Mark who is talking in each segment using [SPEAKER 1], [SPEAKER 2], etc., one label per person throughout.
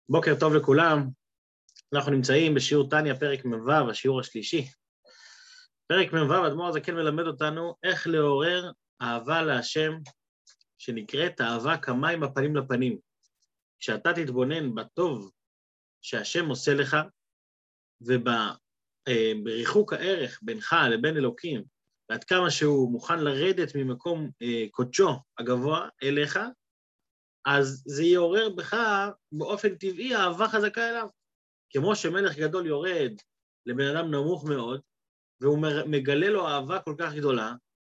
[SPEAKER 1] בוקר טוב לכולם, אנחנו נמצאים בשיעור תניה, פרק מ"ו, השיעור השלישי. פרק מ"ו, אדמו"ר הזקן מלמד אותנו איך לעורר אהבה להשם, שנקראת אהבה כמים הפנים לפנים. כשאתה תתבונן בטוב שהשם עושה לך, ובריחוק הערך בינך לבין אלוקים, ועד כמה שהוא מוכן לרדת ממקום קודשו הגבוה אליך, אז זה יעורר בך באופן טבעי אהבה חזקה אליו. כמו שמלך גדול יורד לבן אדם נמוך מאוד, והוא מגלה לו אהבה כל כך גדולה,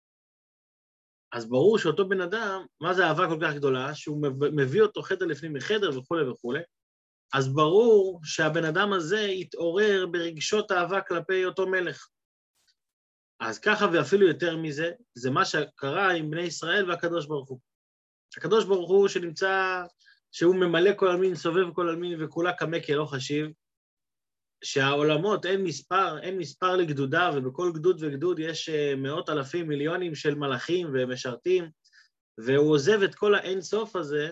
[SPEAKER 1] אז ברור שאותו בן אדם, מה זה אהבה כל כך גדולה? שהוא מביא אותו חדר לפנים מחדר וכו' וכו', אז ברור שהבן אדם הזה יתעורר ברגשות אהבה כלפי אותו מלך. אז ככה ואפילו יותר מזה, זה מה שקרה עם בני ישראל והקדוש ברוך הוא. הקדוש ברוך הוא שנמצא, שהוא ממלא כל עלמין, סובב כל עלמין וכולה קמה כלא חשיב, שהעולמות אין מספר לגדודה, ובכל גדוד וגדוד יש מאות אלפים, מיליונים של מלאכים ומשרתים, והוא עוזב את כל האין סוף הזה,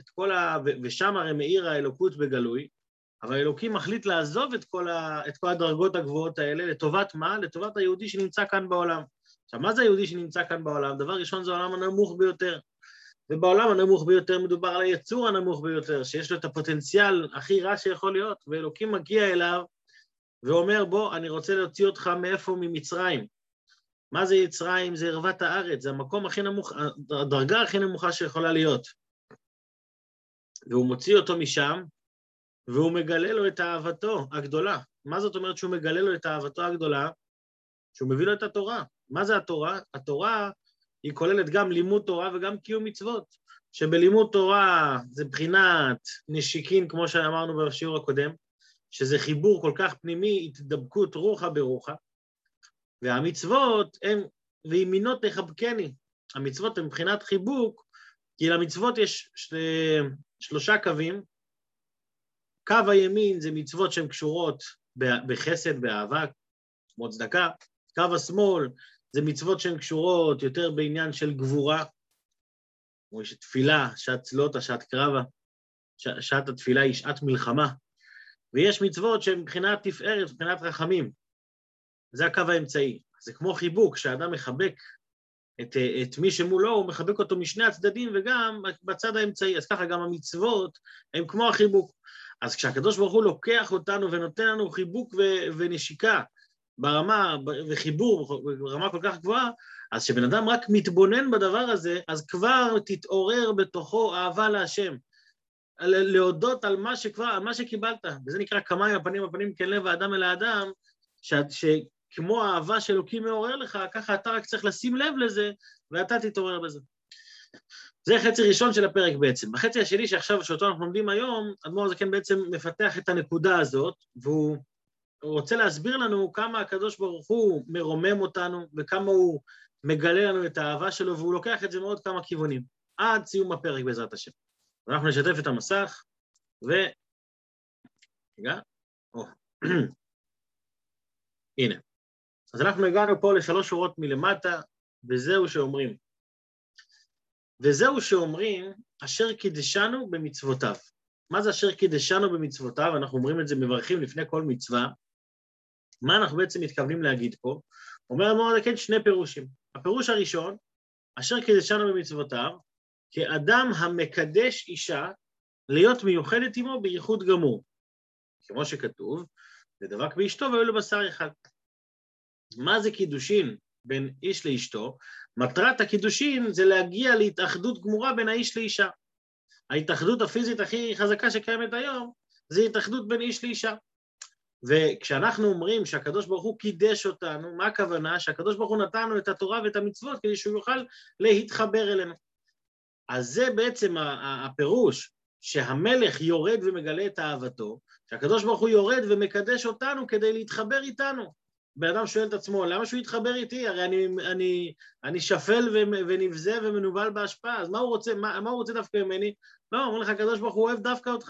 [SPEAKER 1] ושם הרי מאיר האלוקות בגלוי, אבל האלוקים מחליט לעזוב את כל הדרגות הגבוהות האלה, לטובת מה? לטובת היהודי שנמצא כאן בעולם. עכשיו, מה זה היהודי שנמצא כאן בעולם? דבר ראשון זה העולם הנמוך ביותר. ובעולם הנמוך ביותר מדובר על היצור הנמוך ביותר, שיש לו את הפוטנציאל הכי רע שיכול להיות, ואלוקים מגיע אליו ואומר, בוא, אני רוצה להוציא אותך מאיפה? ממצרים. מה זה מצרים? זה ערוות הארץ, זה המקום הכי נמוך, הדרגה הכי נמוכה שיכולה להיות. והוא מוציא אותו משם, והוא מגלה לו את אהבתו הגדולה. מה זאת אומרת שהוא מגלה לו את אהבתו הגדולה? שהוא מביא לו את התורה. מה זה התורה? התורה היא כוללת גם לימוד תורה וגם קיום מצוות, שבלימוד תורה זה בחינת נשיקין, כמו שאמרנו בשיעור הקודם, שזה חיבור כל כך פנימי, התדבקות רוחה ברוחה, והמצוות הן, וימינות תחבקני, המצוות הן בחינת חיבוק, כי למצוות יש שלושה קווים, קו הימין זה מצוות שהן קשורות בחסד, באהבה, כמו צדקה, קו השמאל, זה מצוות שהן קשורות יותר בעניין של גבורה, כמו שתפילה, שעת צלות, שעת קרבה, שעת התפילה היא שעת מלחמה, ויש מצוות שהן מבחינת תפארת, מבחינת רחמים, זה הקו האמצעי. זה כמו חיבוק, שהאדם מחבק את מי שמולו, הוא מחבק אותו משני הצדדים וגם בצד האמצעי, אז ככה גם המצוות הן כמו החיבוק. אז כשהקדוש ברוך הוא לוקח אותנו ונותן לנו חיבוק ונשיקה, ברמה וחיבור ברמה כל כך גבוהה, אז שבן אדם רק מתבונן בדבר הזה, אז כבר תתעורר בתוכו אהבה להשם, להודות על מה שקיבלת, וזה נקרא כמים הפנים כן לב האדם אל האדם, שכמו האהבה שאלוקים מעורר לך, ככה אתה רק צריך לשים לב לזה, ואתה תתעורר בזה. זה חצי ראשון של הפרק בעצם. בחצי השני שאותו אנחנו לומדים היום, אדמו"ר הזקן בעצם מפתח את הנקודה הזאת, והוא רוצה להסביר לנו כמה הקדוש ברוך הוא מרומם אותנו, וכמה הוא מגלה לנו את האהבה שלו, והוא לוקח את זה מאוד כמה כיוונים, עד סיום הפרק בעזרת השם. אנחנו נשתף את המסך, רגע, הנה. אז אנחנו הגענו פה לשלוש שורות מלמטה, וזהו שאומרים, אשר קידשנו במצוותיו. מה זה אשר קידשנו במצוותיו? אנחנו אומרים את זה, מברכים לפני כל מצווה. מה אנחנו בעצם מתכוונים להגיד פה? אומר אדמו"ר הזקן שני פירושים. הפירוש הראשון, אשר קידשנו במצוותיו, כאדם המקדש אישה להיות מיוחדת עמו בייחוד גמור. כמו שכתוב, ודבק באשתו והיו לו בשר אחד. מה זה קידושין בין איש לאשתו? מטרת הקידושין זה להגיע להתאחדות גמורה בין האיש לאישה. ההתאחדות הפיזית הכי חזקה שקיימת היום, זה התאחדות בין איש לאישה. וכשאנחנו אומרים שהקדוש ברוך הוא קידש אותנו, מה הכוונה? שהקדוש ברוך הוא נתנו את התורה ואת המצוות כדי שהוא יוכל להתחבר אלינו. אז זה בעצם הפירוש, שהמלך יורד ומגלה את אהבתו, שהקדוש ברוך הוא יורד ומקדש אותנו כדי להתחבר איתנו. בן אדם שואל את עצמו, למה שהוא יתחבר איתי? הרי אני שפל ונבזה ומנובל בהשפעה, אז מה הוא רוצה דווקא ממני? לא, אומר לך, הקדוש ברוך הוא אוהב דווקא אותך.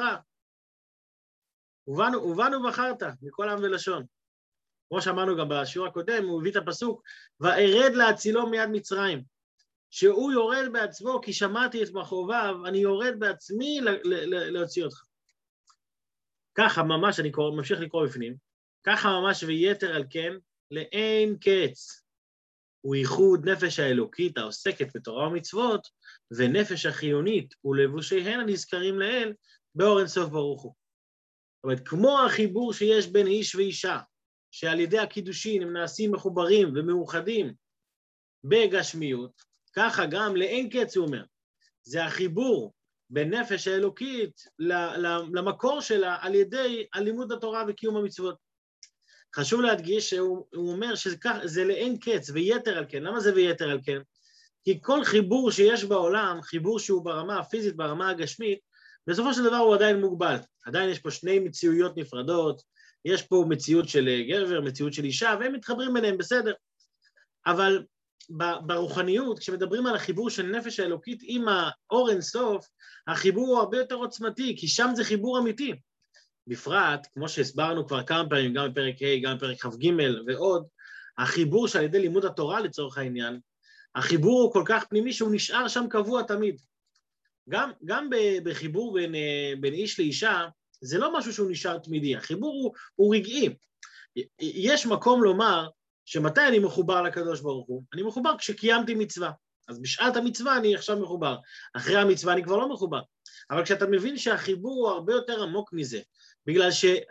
[SPEAKER 1] ובנו בחרת, מכל עם ולשון. כמו שאמרנו גם בשיעור הקודם, הוא הביא את הפסוק, וארד להצילו מיד מצרים. שהוא יורד בעצמו, כי שמעתי את מכאוביו, אני יורד בעצמי להוציא אותך. ככה ממש, אני ממשיך לקרוא בפנים, ככה ממש ויתר על כן, לאין קץ. הוא ייחוד נפש האלוקית העוסקת בתורה ומצוות, ונפש החיונית ולבושיהן הנזכרים לאל, באור אין סוף ברוך הוא. זאת אומרת, כמו החיבור שיש בין איש ואישה, שעל ידי הקידושין הם נעשים מחוברים ומאוחדים בגשמיות, ככה גם לאין קץ הוא אומר. זה החיבור בין נפש האלוקית למקור שלה על ידי לימוד התורה וקיום המצוות. חשוב להדגיש שהוא אומר שזה לאין קץ ויתר על כן. למה זה ויתר על כן? כי כל חיבור שיש בעולם, חיבור שהוא ברמה הפיזית, ברמה הגשמית, בסופו של דבר הוא עדיין מוגבל. עדיין יש פה שני מציאויות נפרדות, יש פה מציאות של גבר, מציאות של אישה, והם מתחברים ביניהם, בסדר. אבל ברוחניות, כשמדברים על החיבור של נפש האלוקית עם האור אין סוף, החיבור הוא הרבה יותר עוצמתי, כי שם זה חיבור אמיתי. בפרט, כמו שהסברנו כבר כמה פעמים, גם בפרק ה', גם בפרק כ"ג ועוד, החיבור שעל ידי לימוד התורה לצורך העניין, החיבור הוא כל כך פנימי שהוא נשאר שם קבוע תמיד. גם בחיבור בין איש לאישה, זה לא משהו שהוא נשאר תמידי, החיבור הוא רגעי. יש מקום לומר שמתי אני מחובר לקדוש ברוך הוא? אני מחובר כשקיימתי מצווה. אז בשעת המצווה אני עכשיו מחובר. אחרי המצווה אני כבר לא מחובר. אבל כשאתה מבין שהחיבור הוא הרבה יותר עמוק מזה, בגלל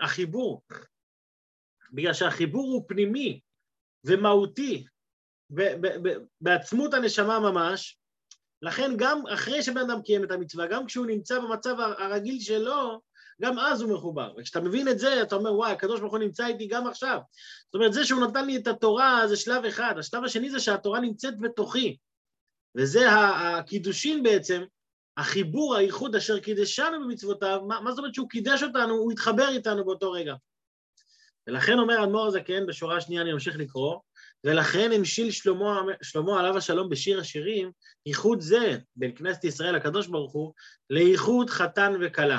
[SPEAKER 1] שהחיבור הוא פנימי ומהותי, בעצמות הנשמה ממש, לכן גם אחרי שבן אדם קיים את המצווה, גם כשהוא נמצא במצב הרגיל שלו, גם אז הוא מחובר. וכשאתה מבין את זה, אתה אומר, וואי, הקדוש ברוך הוא נמצא איתי גם עכשיו. זאת אומרת, זה שהוא נתן לי את התורה, זה שלב אחד. השלב השני זה שהתורה נמצאת בתוכי. וזה הקידושין בעצם, החיבור, הייחוד אשר קידשנו במצוותיו, מה זאת אומרת שהוא קידש אותנו, הוא התחבר איתנו באותו רגע. ולכן אומר האדמו"ר הזקן, בשורה השנייה אני ממשיך לקרוא, ולכן המשיל שלמה עליו השלום בשיר השירים, ייחוד זה בין כנסת ישראל לקדוש ברוך הוא, לייחוד חתן וכלה.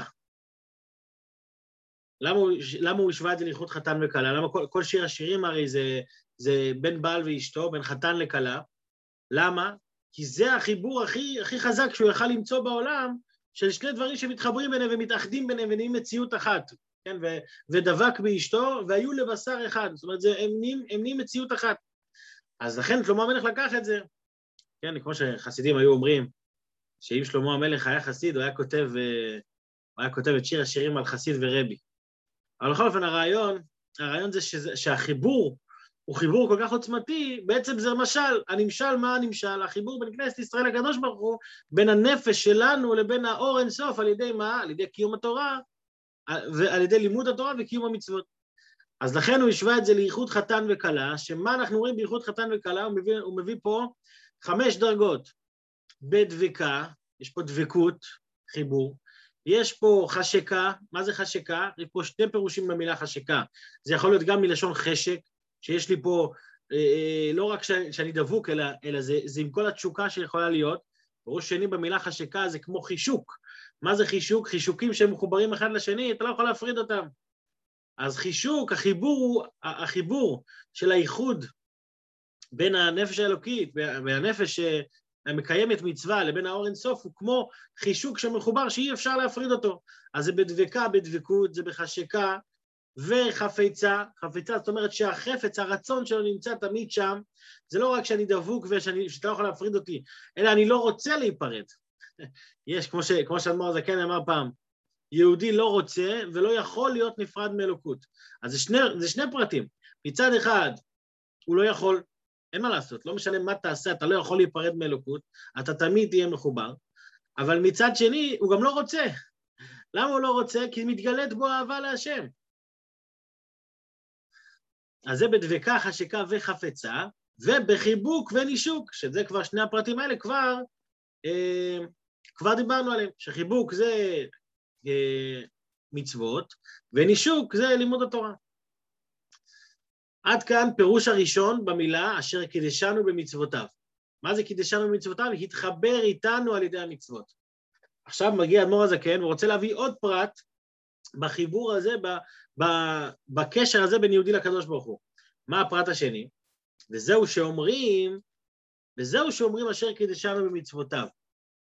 [SPEAKER 1] למה הוא השווה את זה לייחוד חתן וכלה? למה כל שיר השירים הרי זה בין בעל ואשתו, בין חתן לכלה? למה? כי זה החיבור הכי חזק שהוא יכל למצוא בעולם, של שני דברים שמתחברים ביניהם ומתאחדים ביניהם ונהיים מציאות אחת, כן? ודבק באשתו והיו לבשר אחד, זאת אומרת, הם נהיים מציאות אחת. אז לכן שלמה המלך לקח את זה, כן? כמו שחסידים היו אומרים, שאם שלמה המלך היה חסיד, הוא היה כותב את שיר השירים על חסיד ורבי. אבל בכל אופן הרעיון זה שהחיבור הוא חיבור כל כך עוצמתי, בעצם זה משל, הנמשל מה הנמשל? החיבור בין כנסת ישראל לקדוש ברוך הוא, בין הנפש שלנו לבין האור אין סוף, על ידי מה? על ידי קיום התורה, ועל ידי לימוד התורה וקיום המצוות. אז לכן הוא השווה את זה לייחוד חתן וכלה, שמה אנחנו רואים בייחוד חתן וכלה? הוא מביא פה 5 דרגות. בדבקה, יש פה דבקות, חיבור, יש פה חשקה. מה זה חשקה? יש פה 2 פירושים במילה חשקה. זה יכול להיות גם מלשון חשק, שיש לי פה, לא רק שאני דבוק, אלא זה עם כל התשוקה שיכולה להיות. פירוש שני במילה חשקה זה כמו חישוק. מה זה חישוק? חישוקים שהם מחוברים אחד לשני, אתה לא יכול להפריד אותם. אז חישוק, החיבור של הייחוד בין הנפש האלוקית והנפש המקיימת מצווה לבין האור אין סוף, הוא כמו חישוק שמחובר שאי אפשר להפריד אותו. אז זה בדבקה, בדבקות, זה בחשקה, וחפצה, זאת אומרת שהחפץ, הרצון שלו נמצא תמיד שם, זה לא רק שאני דבוק ושאתה לא יכול להפריד אותי, אלא אני לא רוצה להיפרד. יש, כמו שאדמו"ר הזקן אמר פעם, יהודי לא רוצה ולא יכול להיות נפרד מאלוקות. אז זה שני פרטים. מצד אחד, הוא לא יכול, אין מה לעשות, לא משנה מה תעשה, אתה לא יכול להיפרד מאלוקות, אתה תמיד תהיה מחובר, אבל מצד שני, הוא גם לא רוצה. למה הוא לא רוצה? כי מתגלית בו אהבה להשם. אז זה בדבקה, חשקה וחפצה, ובחיבוק ונישוק, שזה כבר שני הפרטים האלה, כבר דיברנו עליהם, שחיבוק זה מצוות, ונישוק זה לימוד התורה. עד כאן פירוש הראשון במילה, אשר קידשנו במצוותיו. מה זה קידשנו במצוותיו? התחבר איתנו על ידי המצוות. עכשיו מגיע האדמו"ר הזקן, ורוצה להביא עוד פרט בחיבור הזה, בקשר הזה בין יהודי לקדוש ברוך הוא. מה הפרט השני? וזהו שאומרים אשר קידשנו במצוותיו.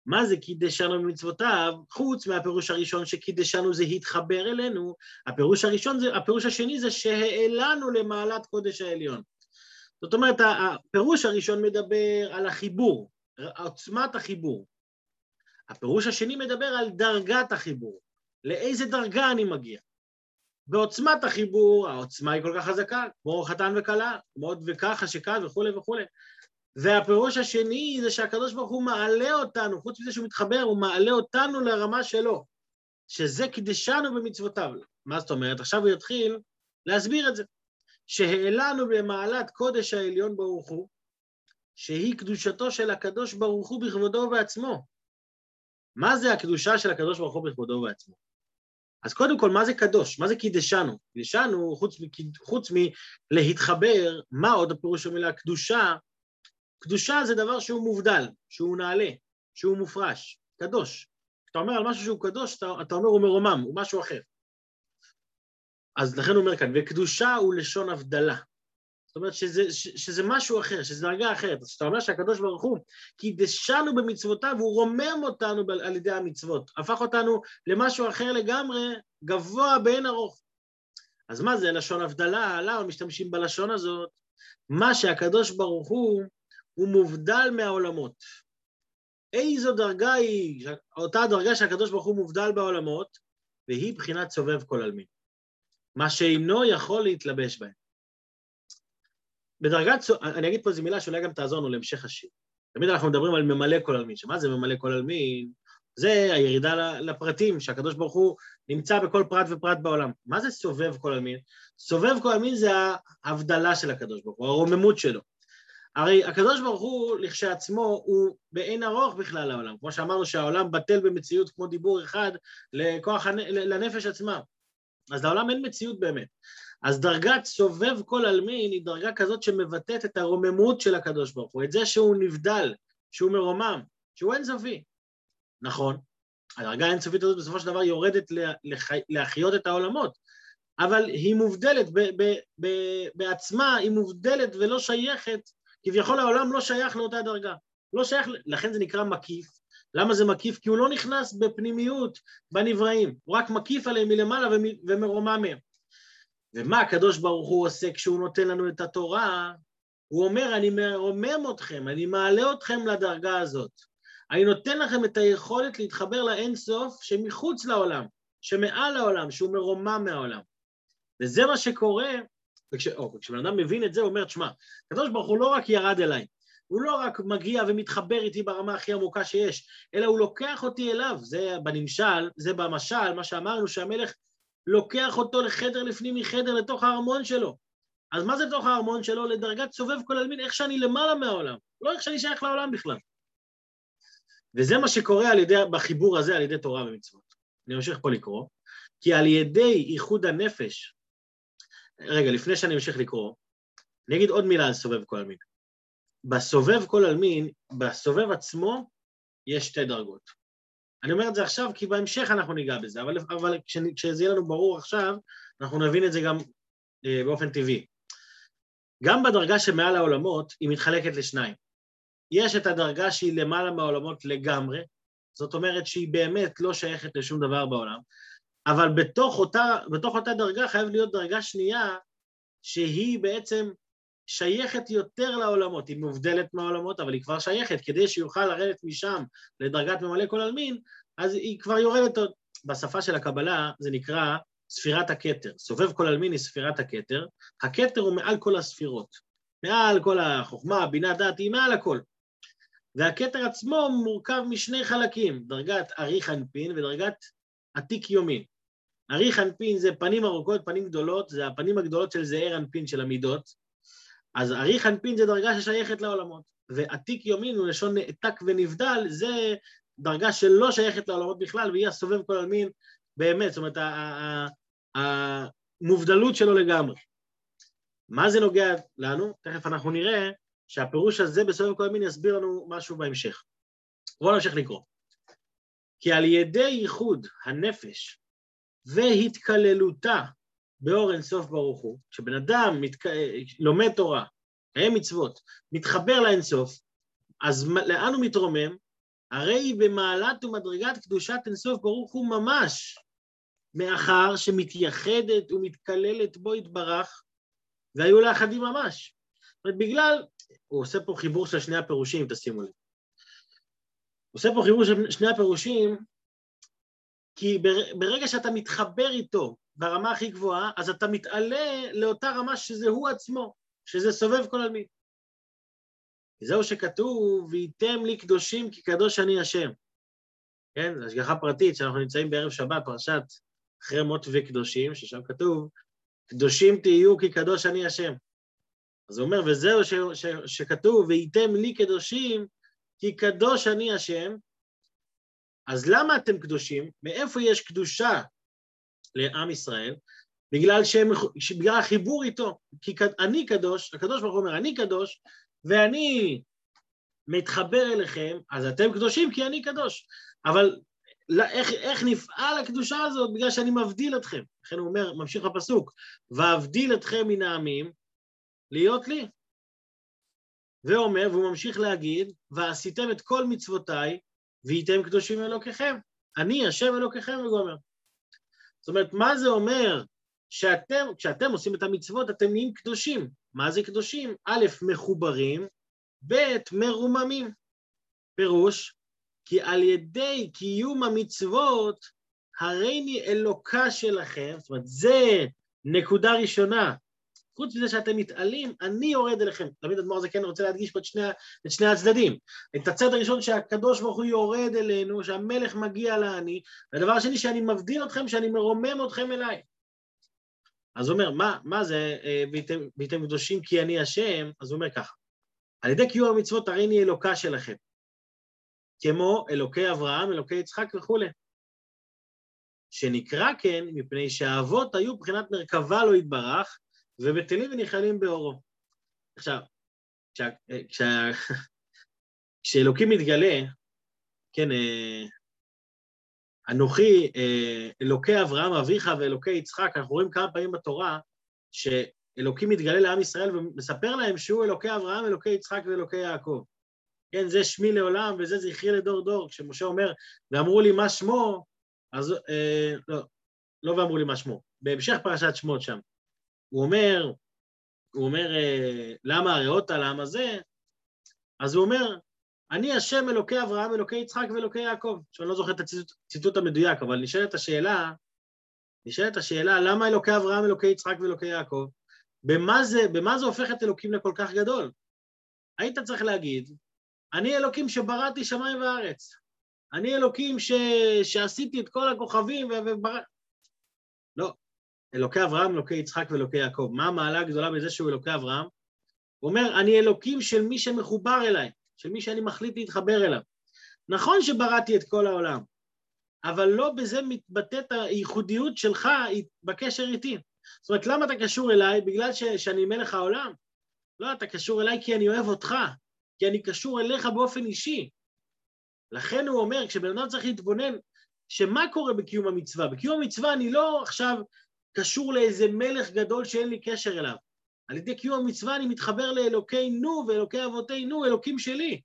[SPEAKER 1] מה זה קידשנו במצוותיו? חוץ מהפירוש הראשון שקידשנו זה התחבר אלינו, הפירוש השני זה שהעלנו למעלת קודש העליון. זאת אומרת, הפירוש הראשון מדבר על החיבור, עוצמת החיבור. הפירוש השני מדבר על דרגת החיבור. לאיזה דרגה אני מגיע? בעוצמת החיבור, העוצמה היא כל כך חזקה, כמו חתן וכלה, כמו עוד וככה שכאן וכו' וכו'. והפירוש השני זה שהקדוש ברוך הוא מעלה אותנו, חוץ מזה שהוא מתחבר, הוא מעלה אותנו לרמה שלו, שזה קידשנו במצוותיו. מה זאת אומרת? עכשיו הוא יתחיל להסביר את זה. שהעלנו במעלת קודש העליון ברוך הוא, שהיא קדושתו של הקדוש ברוך הוא בכבודו ובעצמו. מה זה הקדושה של הקדוש ברוך הוא בכבודו ובעצמו? אז קודם כל, מה זה קדוש? מה זה קידשנו? קידשנו, חוץ מלהתחבר, מה עוד הפירוש המילה קדושה? קדושה זה דבר שהוא מובדל, שהוא נעלה, שהוא מופרש, קדוש. אתה אומר על משהו שהוא קדוש, אתה אומר הוא מרומם, הוא משהו אחר. אז לכן הוא אומר כאן, וקדושה הוא לשון הבדלה. זאת אומרת שזה משהו אחר, שזה דרגה אחרת. אז אתה אומר שהקדוש ברוך הוא, קידשנו במצוותיו, הוא רומם אותנו על ידי המצוות, הפך אותנו למשהו אחר לגמרי, גבוה באין ארוך. אז מה זה לשון הבדלה? למה משתמשים בלשון הזאת? מה שהקדוש ברוך הוא מובדל מהעולמות. איזו דרגה היא? אותה דרגה שהקדוש ברוך הוא מובדל בעולמות, והיא בחינת סובב כל עלמין. מה שאינו יכול להתלבש בהם. אני אגיד פה איזו מילה שאולי גם תעזור לנו להמשך השיר. תמיד אנחנו מדברים על ממלא כל עלמין. שמה זה ממלא כל עלמין? זה הירידה לפרטים, שהקדוש ברוך הוא נמצא בכל פרט ופרט בעולם. מה זה סובב כל עלמין? סובב כל עלמין זה ההבדלה של הקדוש ברוך הוא, הרוממות שלו. הרי הקדוש ברוך הוא לכשעצמו הוא באין ארוך בכלל לעולם. כמו שאמרנו שהעולם בטל במציאות כמו דיבור אחד לנפש עצמה. אז לעולם אין מציאות באמת. אז דרגת סובב כל עלמין היא דרגה כזאת שמבטאת את הרוממות של הקדוש ברוך הוא, את זה שהוא נבדל, שהוא מרומם, שהוא אינסופי. נכון, הדרגה האינסופית הזאת בסופו של דבר יורדת להחיות את העולמות, אבל היא מובדלת בעצמה, היא מובדלת ולא שייכת, כביכול העולם לא שייך לאותה דרגה, לא שייך, לכן זה נקרא מקיף. למה זה מקיף? כי הוא לא נכנס בפנימיות בנבראים, הוא רק מקיף עליהם מלמעלה ומרומם מהם. ומה הקדוש ברוך הוא עושה כשהוא נותן לנו את התורה? הוא אומר, אני מרומם אתכם, אני מעלה אתכם לדרגה הזאת. אני נותן לכם את היכולת להתחבר לאין סוף שמחוץ לעולם, שמעל העולם, שהוא מרומם מהעולם. וזה מה שקורה, כשבן אדם מבין את זה, הוא אומר, תשמע, הקדוש ברוך הוא לא רק ירד אליי, הוא לא רק מגיע ומתחבר איתי ברמה הכי עמוקה שיש, אלא הוא לוקח אותי אליו. זה בנמשל, זה במשל, מה שאמרנו שהמלך לוקח אותו לחדר לפנים מחדר לתוך הארמון שלו. אז מה זה תוך הארמון שלו? לדרגת סובב כל עלמין, איך שאני למעלה מהעולם, לא איך שאני שייך לעולם בכלל. וזה מה שקורה בחיבור הזה על ידי תורה ומצוות. אני ממשיך פה לקרוא, כי על ידי ייחוד הנפש, רגע, לפני שאני ממשיך לקרוא, אני אגיד עוד מילה על סובב כל עלמין. בסובב כל עלמין, בסובב עצמו, יש שתי דרגות. אני אומר את זה עכשיו, כי בהמשך אנחנו ניגע בזה, אבל כשזה יהיה לנו ברור עכשיו, אנחנו נבין את זה גם באופן טבעי. גם בדרגה שמעל העולמות, היא מתחלקת לשניים. יש את הדרגה שהיא למעלה מהעולמות לגמרי, זאת אומרת שהיא באמת לא שייכת לשום דבר בעולם, אבל בתוך אותה דרגה חייב להיות דרגה שנייה, שהיא בעצם שייכת יותר לעולמות, היא מובדלת מהעולמות, אבל היא כבר שייכת, כדי שיוכל לרדת משם לדרגת ממלא כל עלמין, אז היא כבר יורדת עוד. בשפה של הקבלה זה נקרא ספירת הכתר, סובב כל עלמין היא ספירת הכתר, הכתר הוא מעל כל הספירות, מעל כל החוכמה, בינה, דעת, היא מעל הכל. והכתר עצמו מורכב משני חלקים, דרגת אריך אנפין ודרגת עתיק יומין. אריך אנפין זה פנים ארוכות, פנים גדולות, זה הפנים הגדולות של זעיר אנפין של המידות, אז אריך אנפין זה דרגה ששייכת לעולמות, ועתיק יומין הוא לשון נעתק ונבדל, זה דרגה שלא שייכת לעולמות בכלל, והיא הסובב כל עלמין באמת, זאת אומרת, המובדלות שלו לגמרי. מה זה נוגע לנו? תכף אנחנו נראה שהפירוש הזה בסובב כל עלמין יסביר לנו משהו בהמשך. בואו נמשיך לקרוא. כי על ידי ייחוד הנפש והתקללותה באור אין סוף ברוך הוא, כשבן אדם לומד תורה, קיים מצוות, מתחבר לאין סוף, אז לאן הוא מתרומם? הרי היא במעלת ומדרגת קדושת אינסוף ברוך הוא ממש, מאחר שמתייחדת ומתכללת בו יתברך, והיו לאחדים ממש. זאת אומרת, בגלל, הוא עושה פה חיבור של שני הפירושים, תשימו לב. הוא עושה פה חיבור של שני הפירושים, כי ברגע שאתה מתחבר איתו ברמה הכי גבוהה, אז אתה מתעלה לאותה רמה שזה הוא עצמו, שזה סובב כל עלמין. זהו שכתוב, וייתם לי קדושים כי קדוש אני השם. כן, זו השגחה פרטית שאנחנו נמצאים בערב שבת, פרשת אחרי מות וקדושים, ששם כתוב, קדושים תהיו כי קדוש אני השם. אז הוא אומר, וזהו שכתוב, וייתם לי קדושים כי קדוש אני השם. אז למה אתם קדושים? מאיפה יש קדושה לעם ישראל? בגלל החיבור איתו. כי אני קדוש, הקדוש ברוך הוא אומר, אני קדוש, ואני מתחבר אליכם, אז אתם קדושים כי אני קדוש. אבל איך נפעל הקדושה הזאת? בגלל שאני מבדיל אתכם. לכן הוא אומר, ממשיך הפסוק, ואבדיל אתכם מן העמים להיות לי. ואומר, והוא ממשיך להגיד, ועשיתם את כל מצוותיי, והייתם קדושים אלוקיכם. אני השם אלוקיכם, הוא אומר. זאת אומרת, מה זה אומר? כשאתם עושים את המצוות, אתם נהיים קדושים. מה זה קדושים? א', מחוברים, ב', מרוממים. פירוש, כי על ידי קיום המצוות, הריני אלוקה שלכם, זאת אומרת, זה נקודה ראשונה. חוץ מזה שאתם מתעלים, אני יורד אליכם. תמיד אדמו"ר הזקן רוצה להדגיש פה את שני הצדדים. את הצד הראשון שהקדוש ברוך הוא יורד אלינו, שהמלך מגיע לעני, והדבר השני שאני מבדיל אתכם, שאני מרומם אתכם אליי. אז הוא אומר, מה זה, והייתם קדושים כי אני השם? אז הוא אומר ככה, על ידי קיום המצוות הריני אלוקה שלכם, כמו אלוקי אברהם, אלוקי יצחק וכו'. שנקרא כן, מפני שהאבות היו בחינת מרכבה לא יתברך, ובטלים וניחלים באורו. עכשיו, כשאלוקים מתגלה, כן, אנוכי, אלוקי אברהם אביך ואלוקי יצחק, אנחנו רואים כמה פעמים בתורה, שאלוקים מתגלה לעם ישראל ומספר להם שהוא אלוקי אברהם, אלוקי יצחק ואלוקי יעקב. כן, זה שמי לעולם וזה זכרי לדור דור. כשמשה אומר, ואמרו לי מה שמו, אז לא ואמרו לי מה שמו. בהמשך פרשת שמות שם. הוא אומר, למה הראות לעם הזה? אז הוא אומר, אני השם אלוקי אברהם, אלוקי יצחק ואלוקי יעקב. שאני לא זוכר את הציטוט המדויק, אבל נשאלת השאלה, למה אלוקי אברהם, אלוקי יצחק ואלוקי יעקב? במה זה הופך את אלוקים לכל כך גדול? היית צריך להגיד, אני אלוקים שבראתי שמיים וארץ. אני אלוקים שעשיתי את כל הכוכבים לא. אלוקי אברהם, אלוקי יצחק ואלוקי יעקב. מה המעלה הגדולה בזה שהוא אלוקי אברהם? הוא אומר, אני אלוקים של מי שמחובר אליי, של מי שאני מחליט להתחבר אליו. נכון שבראתי את כל העולם, אבל לא בזה מתבטאת הייחודיות שלך בקשר איתי. זאת אומרת, למה אתה קשור אליי? בגלל שאני מלך העולם? לא, אתה קשור אליי כי אני אוהב אותך, כי אני קשור אליך באופן אישי. לכן הוא אומר, כשבן אדם צריך להתבונן, שמה קורה בקיום המצווה? בקיום המצווה אני לא עכשיו קשור לאיזה מלך גדול שאין לי קשר אליו. על ידי קיום המצווה אני מתחבר לאלוקינו ואלוקי אבותינו, אלוקים שלי.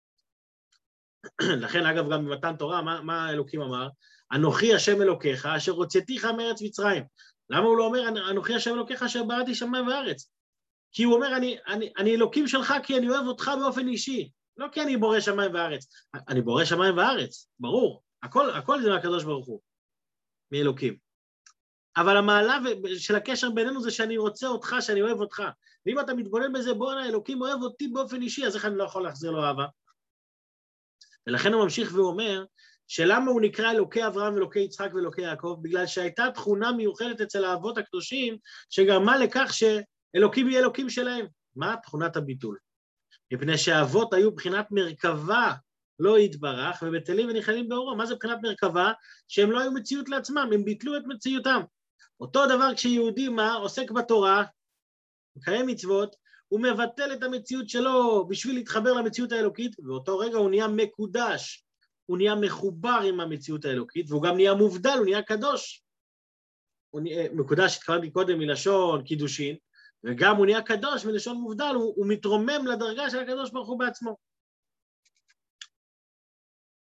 [SPEAKER 1] לכן, אגב, גם במתן תורה, מה אלוקים אמר? אנוכי השם אלוקיך, אשר הוצאתיך מארץ מצרים. למה הוא לא אומר, אנוכי השם אלוקיך, אשר בראתי שמיים וארץ? כי הוא אומר, אני אלוקים שלך כי אני אוהב אותך באופן אישי. לא כי אני בורא שמיים וארץ. אני בורא שמיים וארץ, ברור. הכל זה מהקדוש ברוך הוא, מאלוקים. אבל המעלה של הקשר בינינו זה שאני רוצה אותך, שאני אוהב אותך. ואם אתה מתבונן בזה, בוא'נה, אלוקים אוהב אותי באופן אישי, אז איך אני לא יכול להחזיר לו אהבה? ולכן הוא ממשיך ואומר, שלמה הוא נקרא אלוקי אברהם, אלוקי יצחק ואלוקי יעקב? בגלל שהייתה תכונה מיוחדת אצל האבות הקדושים, שגרמה לכך שאלוקים יהיה אלוקים שלהם. מה? תכונת הביטול. מפני שהאבות היו בחינת מרכבה לא יתברך, ובטלים וניחלים באורו. מה זה בחינת מרכבה? שהם לא היו מציאות לעצמם, הם ביטלו את מציאותם. אותו דבר כשיהודי עוסק בתורה, מקיים מצוות, הוא מבטל את המציאות שלו בשביל להתחבר למציאות האלוקית, ואותו רגע הוא נהיה מקודש, הוא נהיה מחובר עם המציאות האלוקית, והוא גם נהיה מובדל, הוא נהיה קדוש. מקודש התכוונתי קודם מלשון קידושין, וגם הוא נהיה קדוש מלשון מובדל, הוא מתרומם לדרגה של הקדוש ברוך הוא בעצמו.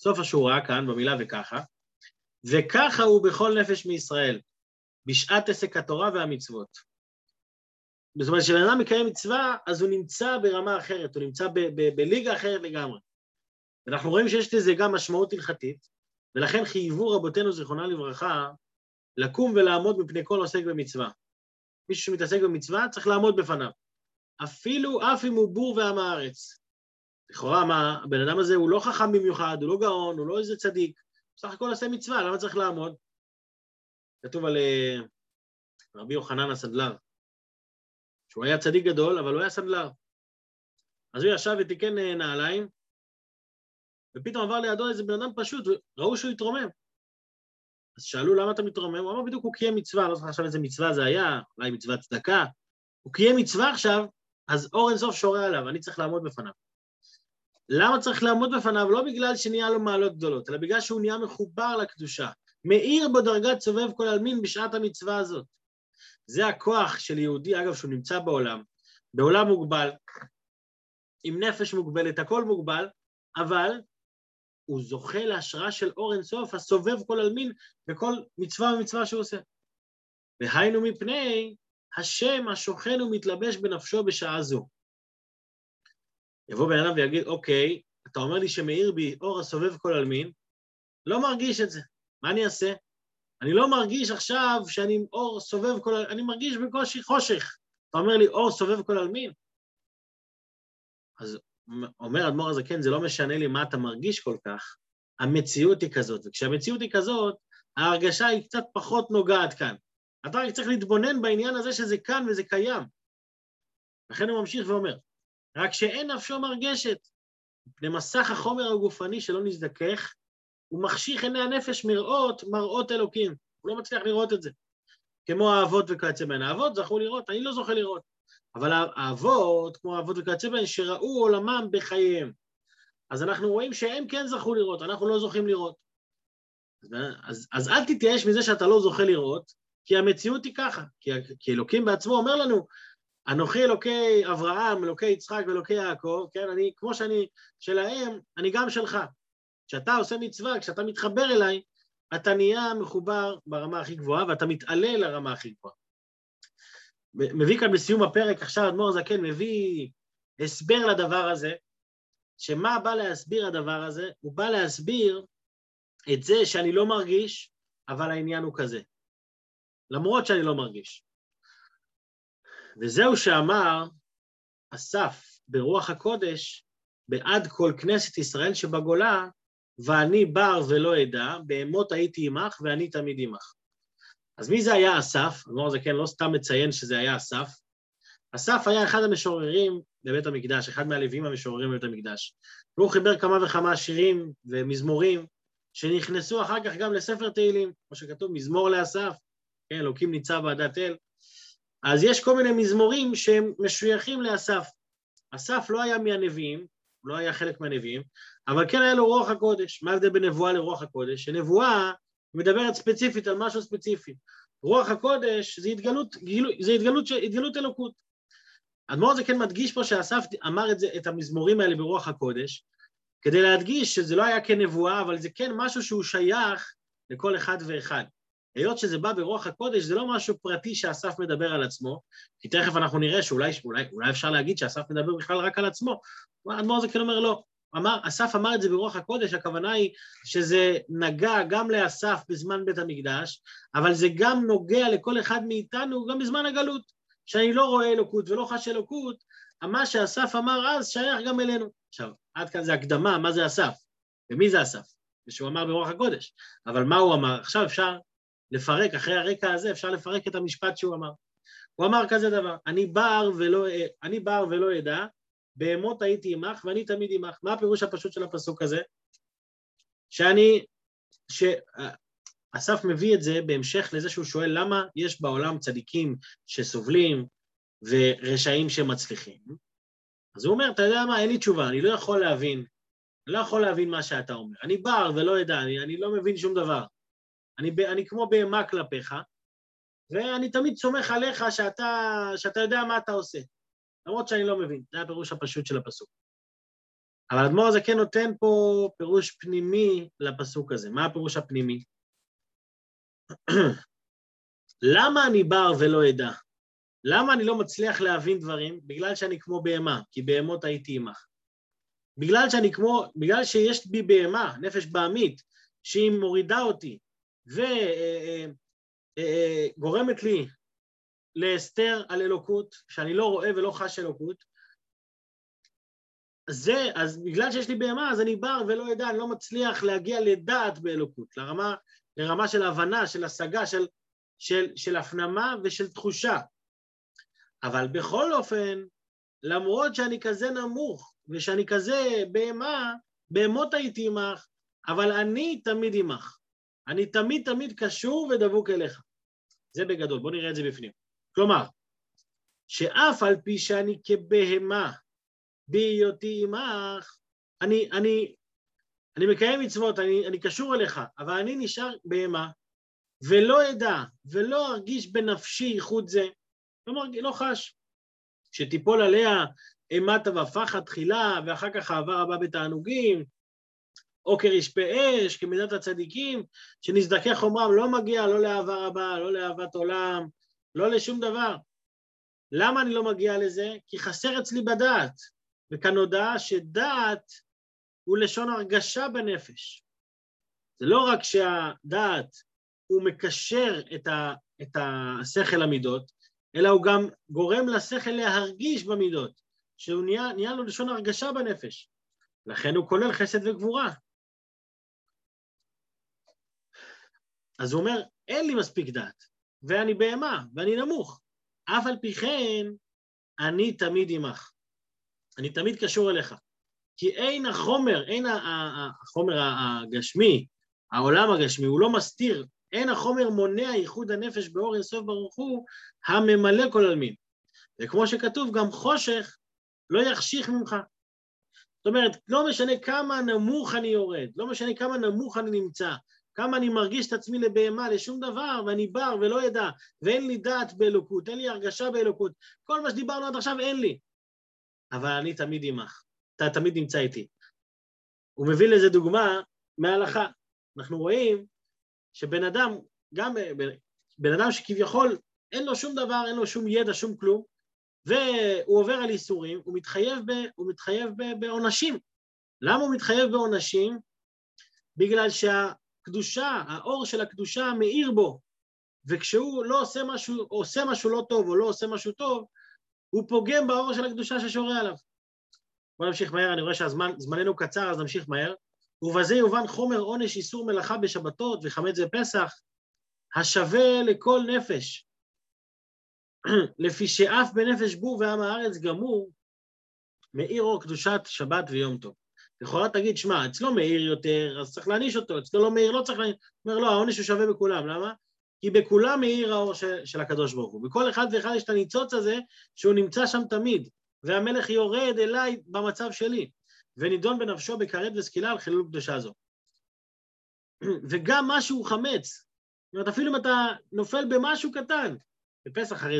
[SPEAKER 1] סוף השורה כאן במילה וככה, וככה הוא בכל נפש מישראל, בשעת עסק התורה והמצוות. זאת אומרת, כשבן אדם מקיים מצווה, אז הוא נמצא ברמה אחרת, הוא נמצא בליגה אחרת לגמרי. ואנחנו רואים שיש לזה גם משמעות הלכתית, ולכן חייבו רבותינו זיכרונם לברכה, לקום ולעמוד מפני כל עוסק במצווה. מישהו שמתעסק במצווה צריך לעמוד בפניו. אפילו אף אם הוא בור ועם הארץ. לכאורה, מה, הבן אדם הזה הוא לא חכם במיוחד, הוא לא גאון, הוא לא איזה צדיק, בסך הכל עושה מצווה, למה צריך לעמוד? כתוב על רבי יוחנן הסנדלר, שהוא היה צדיק גדול, אבל הוא היה סנדלר. אז הוא ישב ותיקן נעליים, ופתאום עבר לידו איזה בן אדם פשוט, וראו שהוא התרומם. אז שאלו למה אתה מתרומם? הוא אמר בדיוק הוא קיים מצווה, לא זוכר עכשיו איזה מצווה זה היה, אולי מצוות צדקה. הוא קיים מצווה עכשיו, אז אור אין סוף שורה עליו, אני צריך לעמוד בפניו. למה צריך לעמוד בפניו? לא בגלל שנהיה לו מעלות גדולות, אלא בגלל שהוא נהיה מחובר לקדושה. מאיר בו דרגת סובב כל עלמין בשעת המצווה הזאת. זה הכוח של יהודי, אגב, שהוא נמצא בעולם מוגבל, עם נפש מוגבלת, הכל מוגבל, אבל הוא זוכה להשראה של אור אין סוף, הסובב כל עלמין בכל מצווה ומצווה שהוא עושה. והיינו מפני השם השוכן ומתלבש בנפשו בשעה זו. יבוא בן אדם ויגיד, אוקיי, אתה אומר לי שמאיר בי אור הסובב כל עלמין, לא מרגיש את זה, מה אני אעשה? אני לא מרגיש עכשיו שאני אור סובב כל עלמין, אני מרגיש בקושי חושך. אתה אומר לי אור סובב כל עלמין? אז אומר אדמו"ר הזקן, זה לא משנה לי מה אתה מרגיש כל כך, המציאות היא כזאת, וכשהמציאות היא כזאת, ההרגשה היא קצת פחות נוגעת כאן. אתה רק צריך להתבונן בעניין הזה שזה כאן וזה קיים. לכן הוא ממשיך ואומר, רק שאין נפשו מרגשת, למסך החומר הגופני שלא נזדכך, הוא מחשיך עיני הנפש מראות אלוקים. הוא לא מצליח לראות את זה. כמו האבות וכיוצא בהן. האבות זכו לראות, אני לא זוכה לראות. אבל האבות, כמו האבות וכיוצא בהן, שראו עולמם בחייהם. אז אנחנו רואים שהם כן זכו לראות, אנחנו לא זוכים לראות. אז אל תתייאש מזה שאתה לא זוכה לראות, כי המציאות היא ככה. כי אלוקים בעצמו אומר לנו, אנוכי אלוקי אברהם, אלוקי יצחק ואלוקי יעקב, כן, אני, כמו שאני שלהם, אני גם שלך. כשאתה עושה מצווה, כשאתה מתחבר אליי, אתה נהיה מחובר ברמה הכי גבוהה, ואתה מתעלה לרמה הכי גבוהה. מביא כאן בסיום הפרק, עכשיו אדמו"ר הזקן מביא הסבר לדבר הזה, שמה בא להסביר הדבר הזה? הוא בא להסביר את זה שאני לא מרגיש, אבל העניין הוא כזה. למרות שאני לא מרגיש. וזהו שאמר אסף ברוח הקודש, בעד כל כנסת ישראל שבגולה, ואני בר ולא אדע, בהמות הייתי עמך ואני תמיד עמך. אז מי זה היה אסף? אדמו"ר הזקן לא סתם מציין שזה היה אסף. אסף היה אחד המשוררים בבית המקדש, אחד מהלוויים המשוררים בבית המקדש. והוא חיבר כמה וכמה שירים ומזמורים, שנכנסו אחר כך גם לספר תהילים, כמו שכתוב, מזמור לאסף, כן, אלוקים ניצב בעדת אל. אז יש כל מיני מזמורים שהם משויכים לאסף. אסף לא היה מהנביאים, הוא לא היה חלק מהנביאים, אבל כן היה לו רוח הקודש. מה ההבדל בין נבואה לרוח הקודש? שנבואה מדברת ספציפית על משהו ספציפי. רוח הקודש זה התגלות אלוקות. אדמו"ר הזה כן מדגיש פה שאסף אמר את המזמורים האלה ברוח הקודש, כדי להדגיש שזה לא היה כנבואה, אבל זה כן משהו שהוא שייך לכל אחד ואחד. היות שזה בא ברוח הקודש, זה לא משהו פרטי שאסף מדבר על עצמו, כי תכף אנחנו נראה שאולי אפשר להגיד שאסף מדבר בכלל רק על עצמו. אדמו"ר הזה כן אומר לא. אסף אמר את זה ברוח הקודש, הכוונה היא שזה נגע גם לאסף בזמן בית המקדש, אבל זה גם נוגע לכל אחד מאיתנו גם בזמן הגלות, שאני לא רואה אלוקות ולא חש אלוקות, מה שאסף אמר אז שייך גם אלינו. עכשיו, עד כאן זה הקדמה, מה זה אסף? ומי זה אסף? ושהוא אמר ברוח הקודש. אבל מה הוא אמר? עכשיו אפשר לפרק, אחרי הרקע הזה אפשר לפרק את המשפט שהוא אמר. הוא אמר כזה דבר, אני בר ולא ידע, בהמות הייתי עמך ואני תמיד עמך. מה הפירוש הפשוט של הפסוק הזה? אסף מביא את זה בהמשך לזה שהוא שואל למה יש בעולם צדיקים שסובלים ורשעים שמצליחים. אז הוא אומר, אתה יודע מה, אין לי תשובה, אני לא יכול להבין מה שאתה אומר. אני בר ולא ידע, אני לא מבין שום דבר. אני כמו בהמה כלפיך, ואני תמיד סומך עליך שאתה יודע מה אתה עושה. למרות שאני לא מבין, זה הפירוש הפשוט של הפסוק. אבל אדמו"ר הזה כן נותן פה פירוש פנימי לפסוק הזה. מה הפירוש הפנימי? למה אני בר ולא אדע? למה אני לא מצליח להבין דברים? בגלל שאני כמו בהמה, כי בהמות הייתי עמך. בגלל שיש בי בהמה, נפש בהמית, שהיא מורידה אותי, וגורמת לי להסתר על אלוקות, שאני לא רואה ולא חש אלוקות, אז בגלל שיש לי בהמה, אז אני בר ולא ידע, אני לא מצליח להגיע לדעת באלוקות, לרמה של הבנה, של השגה, של הפנמה ושל תחושה. אבל בכל אופן, למרות שאני כזה נמוך, ושאני כזה בהמה, בהמות הייתי עמך, אבל אני תמיד עמך. אני תמיד קשור ודבוק אליך. זה בגדול, בואו נראה את זה בפנים. כלומר, שאף על פי שאני כבהמה, בהיותי עמך, אני מקיים מצוות, אני קשור אליך, אבל אני נשאר בהמה, ולא אדע, ולא ארגיש בנפשי ייחוד זה, לא חש. שתיפול עליה אימת והפחד תחילה, ואחר כך אהבה רבה בתענוגים, או כרשפה אש, כמידת הצדיקים, שנזדכה חומרם, לא מגיע, לא לאהבה רבה, לא לאהבת עולם, לא לשום דבר. למה אני לא מגיע לזה? כי חסר אצלי בדעת, וכאן הודעה שדעת הוא לשון הרגשה בנפש. זה לא רק שהדעת הוא מקשר את השכל למידות, אלא הוא גם גורם לשכל להרגיש במידות, שהוא נהיה לו לשון הרגשה בנפש. לכן הוא כולל חסד וגבורה. אז הוא אומר, אין לי מספיק דעת, ואני בהמה, ואני נמוך. אף על פי כן, אני תמיד עמך. אני תמיד קשור אליך. כי אין החומר, אין החומר הגשמי, העולם הגשמי, הוא לא מסתיר, אין החומר מונע ייחוד הנפש באור יסוף ברוך הוא, הממלא כל עלמין. וכמו שכתוב, גם חושך לא יחשיך ממך. זאת אומרת, לא משנה כמה נמוך אני יורד, לא משנה כמה נמוך אני נמצא, כמה אני מרגיש את עצמי לבהמה, לשום דבר, ואני בר ולא ידע, ואין לי דעת באלוקות, אין לי הרגשה באלוקות, כל מה שדיברנו עד עכשיו אין לי. אבל אני תמיד עמך, אתה תמיד נמצא איתי. הוא מביא לזה דוגמה מההלכה. אנחנו רואים שבן אדם, גם בן אדם שכביכול אין לו שום דבר, אין לו שום ידע, שום כלום, והוא עובר על איסורים, הוא מתחייב בעונשים. למה הוא מתחייב בעונשים? בגלל שהקדושה, האור של הקדושה מאיר בו, וכשהוא לא עושה משהו, או עושה משהו לא טוב, או לא עושה משהו טוב, הוא פוגם באור של הקדושה ששורה עליו. בואו נמשיך מהר, אני רואה שהזמננו קצר, אז נמשיך מהר. ובזה יובן חומר עונש איסור מלאכה בשבתות וחמץ בפסח, השווה לכל נפש, לפי שאף בנפש בור ועם הארץ גמור, מאיר אור קדושת שבת ויום טוב. יכולה תגיד, שמע, אצלו מאיר יותר, אז צריך להעניש אותו, אצלו לא מאיר, לא צריך להעניש. אומר, לא, העונש הוא שווה בכולם, למה? כי בכולם מאיר האור של הקדוש ברוך הוא. בכל אחד ואחד יש את הניצוץ הזה, שהוא נמצא שם תמיד, והמלך יורד אליי במצב שלי, ונידון בנפשו בכרת וסקילה על חילול קדושה זו. וגם משהו חמץ, זאת אומרת, אפילו אם אתה נופל במשהו קטן, בפסח הרי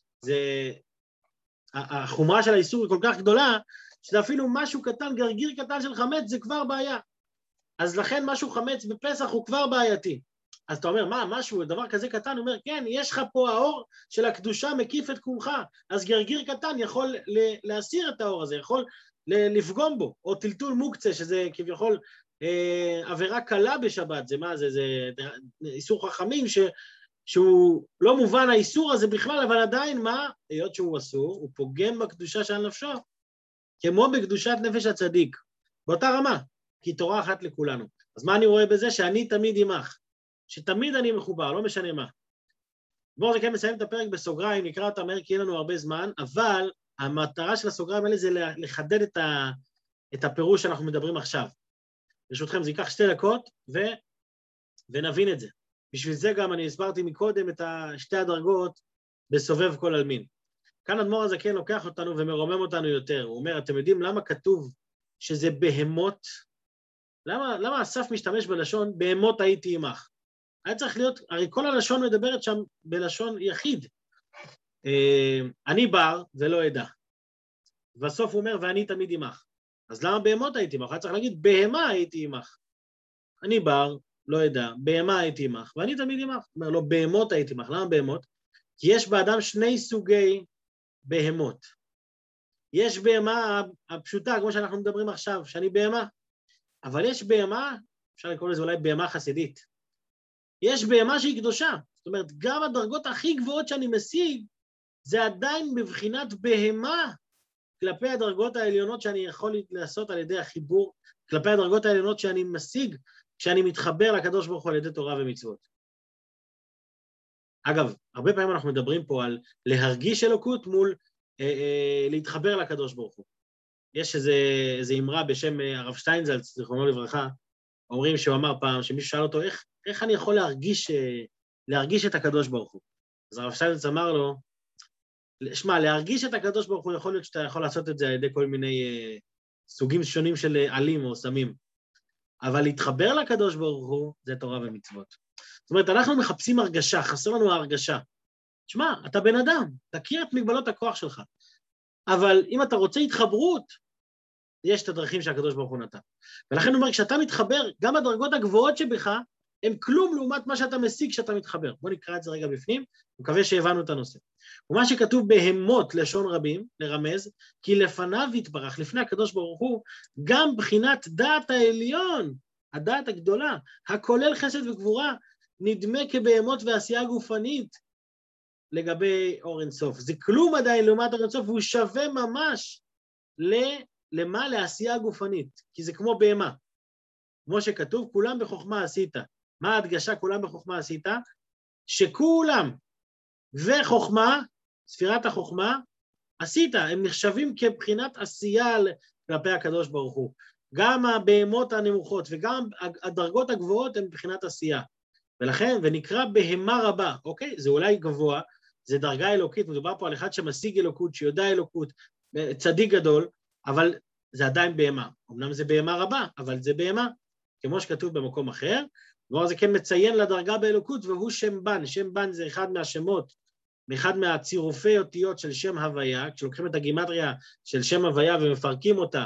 [SPEAKER 1] החומרה של האיסור היא כל כך גדולה, שזה אפילו משהו קטן, גרגיר קטן של חמץ, זה כבר בעיה. אז לכן משהו חמץ בפסח הוא כבר בעייתי. אז אתה אומר, מה, משהו, דבר כזה קטן, הוא אומר, כן, יש לך פה האור של הקדושה מקיף את כולך, אז גרגיר קטן יכול להסיר את האור הזה, יכול לפגום בו, או טלטול מוקצה, שזה כביכול עבירה קלה בשבת, זה מה זה, זה איסור חכמים, שהוא לא מובן האיסור הזה בכלל, אבל עדיין מה, היות שהוא אסור, הוא פוגם בקדושה של נפשו, כמו בקדושת נפש הצדיק, באותה רמה, כי תורה אחת לכולנו. אז מה אני רואה בזה? שאני תמיד עמך, שתמיד אני מחובר, לא משנה מה. בואו רק מסיים את הפרק בסוגריים, נקרא אותם מהר כי אין לנו הרבה זמן, אבל המטרה של הסוגריים האלה זה לחדד את הפירוש שאנחנו מדברים עכשיו. ברשותכם, זה ייקח 2 דקות ונבין את זה. בשביל זה גם אני הסברתי מקודם את 2 הדרגות בסובב כל עלמין. כאן אדמו"ר הזקן לוקח אותנו ומרומם אותנו יותר. הוא אומר, אתם יודעים למה כתוב שזה בהמות? למה אסף משתמש בלשון בהמות הייתי עמך? היה צריך להיות, הרי כל הלשון מדברת שם בלשון יחיד. אני בר ולא אדע. בסוף הוא אומר, ואני תמיד עמך. אז למה בהמות הייתי עמך? היה צריך להגיד, בהמה הייתי עמך. אני בר, לא יודע, בהמה הייתי עמך, ואני תמיד עמך. אומר לו, בהמות הייתי עמך. למה בהמות? כי יש באדם שני סוגי בהמות. יש בהמה הפשוטה, כמו שאנחנו מדברים עכשיו, שאני בהמה, אבל יש בהמה, אפשר לקרוא לזה אולי בהמה חסידית. יש בהמה שהיא קדושה. זאת אומרת, גם הדרגות הכי גבוהות שאני משיג, זה עדיין בבחינת בהמה כלפי הדרגות העליונות שאני יכול לעשות על ידי החיבור, כלפי הדרגות העליונות שאני משיג, כשאני מתחבר לקדוש ברוך הוא על ידי תורה ומצוות. אגב, הרבה פעמים אנחנו מדברים פה על להרגיש אלוקות מול להתחבר לקדוש ברוך הוא. יש איזה אמרה בשם הרב שטיינזלץ, זיכרונו לברכה, אומרים שהוא אמר פעם, שמישהו שאל אותו, איך אני יכול להרגיש את הקדוש ברוך הוא? אז הרב שטיינזלץ אמר לו, שמע, להרגיש את הקדוש ברוך הוא יכול להיות שאתה יכול לעשות את זה על ידי כל מיני סוגים שונים של עלים או סמים, אבל להתחבר לקדוש ברוך הוא זה תורה ומצוות. זאת אומרת, אנחנו מחפשים הרגשה, חסר לנו ההרגשה. שמע, אתה בן אדם, תכיר את מגבלות הכוח שלך, אבל אם אתה רוצה התחברות, יש את הדרכים שהקדוש ברוך הוא נתן. ולכן הוא אומר, כשאתה מתחבר, גם הדרגות הגבוהות שבך, הם כלום לעומת מה שאתה משיג כשאתה מתחבר. בוא נקרא את זה רגע בפנים, מקווה שהבנו את הנושא. ומה שכתוב בהמות לשון רבים, לרמז, כי לפניו יתברך, לפני הקדוש ברוך הוא, גם בחינת דעת העליון, הדעת הגדולה, הכולל חסד וגבורה, נדמה כבהמות ועשייה גופנית לגבי אור אינסוף. זה כלום עדיין לעומת אור אינסוף, והוא שווה ממש למה? לעשייה גופנית, כי זה כמו בהמה. כמו שכתוב, כולם בחוכמה עשית. מה ההדגשה כולם בחוכמה עשית? שכולם וחוכמה, ספירת החוכמה, עשית, הם נחשבים כבחינת עשייה כלפי הקדוש ברוך הוא. גם הבהמות הנמוכות וגם הדרגות הגבוהות הן מבחינת עשייה. ולכן, ונקרא בהמה רבה, אוקיי? זה אולי גבוה, זה דרגה אלוקית, מדובר פה על אחד שמשיג אלוקות, שיודע אלוקות, צדיק גדול, אבל זה עדיין בהמה. אמנם זה בהמה רבה, אבל זה בהמה, כמו שכתוב במקום אחר, דבר זה כן מציין לדרגה באלוקות, והוא שם בן. שם בן זה אחד מהשמות, אחד מהצירופי אותיות של שם הוויה, כשלוקחים את הגימטריה של שם הוויה ומפרקים אותה,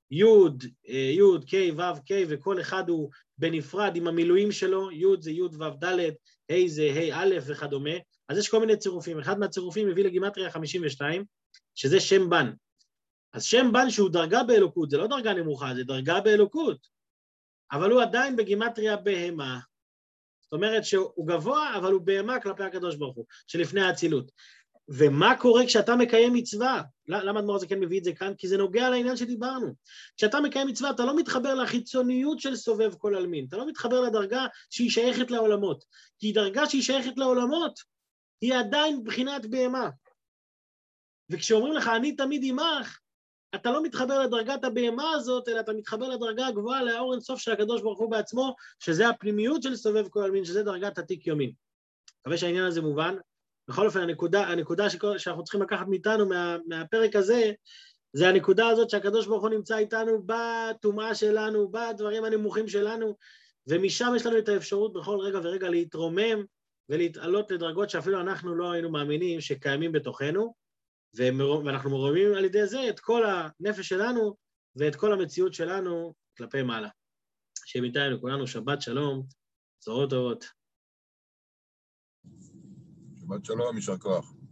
[SPEAKER 1] י' ק' ו' ק', וכל אחד הוא בנפרד עם המילואים שלו, י' זה י' ו' ד', ה' זה ה' א' וכדומה, אז יש כל מיני צירופים. אחד מהצירופים מביא לגימטריה 52, שזה שם בן. אז שם בן שהוא דרגה באלוקות, זה לא דרגה נמוכה, זה דרגה באלוקות, אבל הוא עדיין בגימטריה בהמה. זאת אומרת שהוא גבוה, אבל הוא בהמה כלפי הקדוש ברוך הוא, שלפני האצילות. ומה קורה כשאתה מקיים מצווה? למה אדמו"ר הזקן מביא את זה כאן? כי זה נוגע לעניין שדיברנו. כשאתה מקיים מצווה, אתה לא מתחבר לחיצוניות של סובב כל עלמין, אתה לא מתחבר לדרגה שהיא שייכת לעולמות, כי דרגה שהיא שייכת לעולמות, היא עדיין בחינת בהמה. וכשאומרים לך, אני תמיד עמך, אתה לא מתחבר לדרגת הבהמה הזאת, אלא אתה מתחבר לדרגה הגבוהה, לאור אינסוף של הקדוש ברוך הוא בעצמו, שזה הפנימיות של סובב כל עלמין, שזה דרגת עתיק יומין. מקווה שהעניין הזה מובן. בכל אופן, הנקודה שאנחנו צריכים לקחת מאיתנו מהפרק הזה, זה הנקודה הזאת שהקדוש ברוך הוא נמצא איתנו בטומאה שלנו, בדברים הנמוכים שלנו, ומשם יש לנו את האפשרות בכל רגע ורגע להתרומם ולהתעלות לדרגות שאפילו אנחנו לא היינו מאמינים שקיימים בתוכנו, ואנחנו מרוממים על ידי זה את כל הנפש שלנו ואת כל המציאות שלנו כלפי מעלה. שיהיה איתנו לכולנו שבת שלום, בשורות טובות.
[SPEAKER 2] שבת שלום, יישר כוח.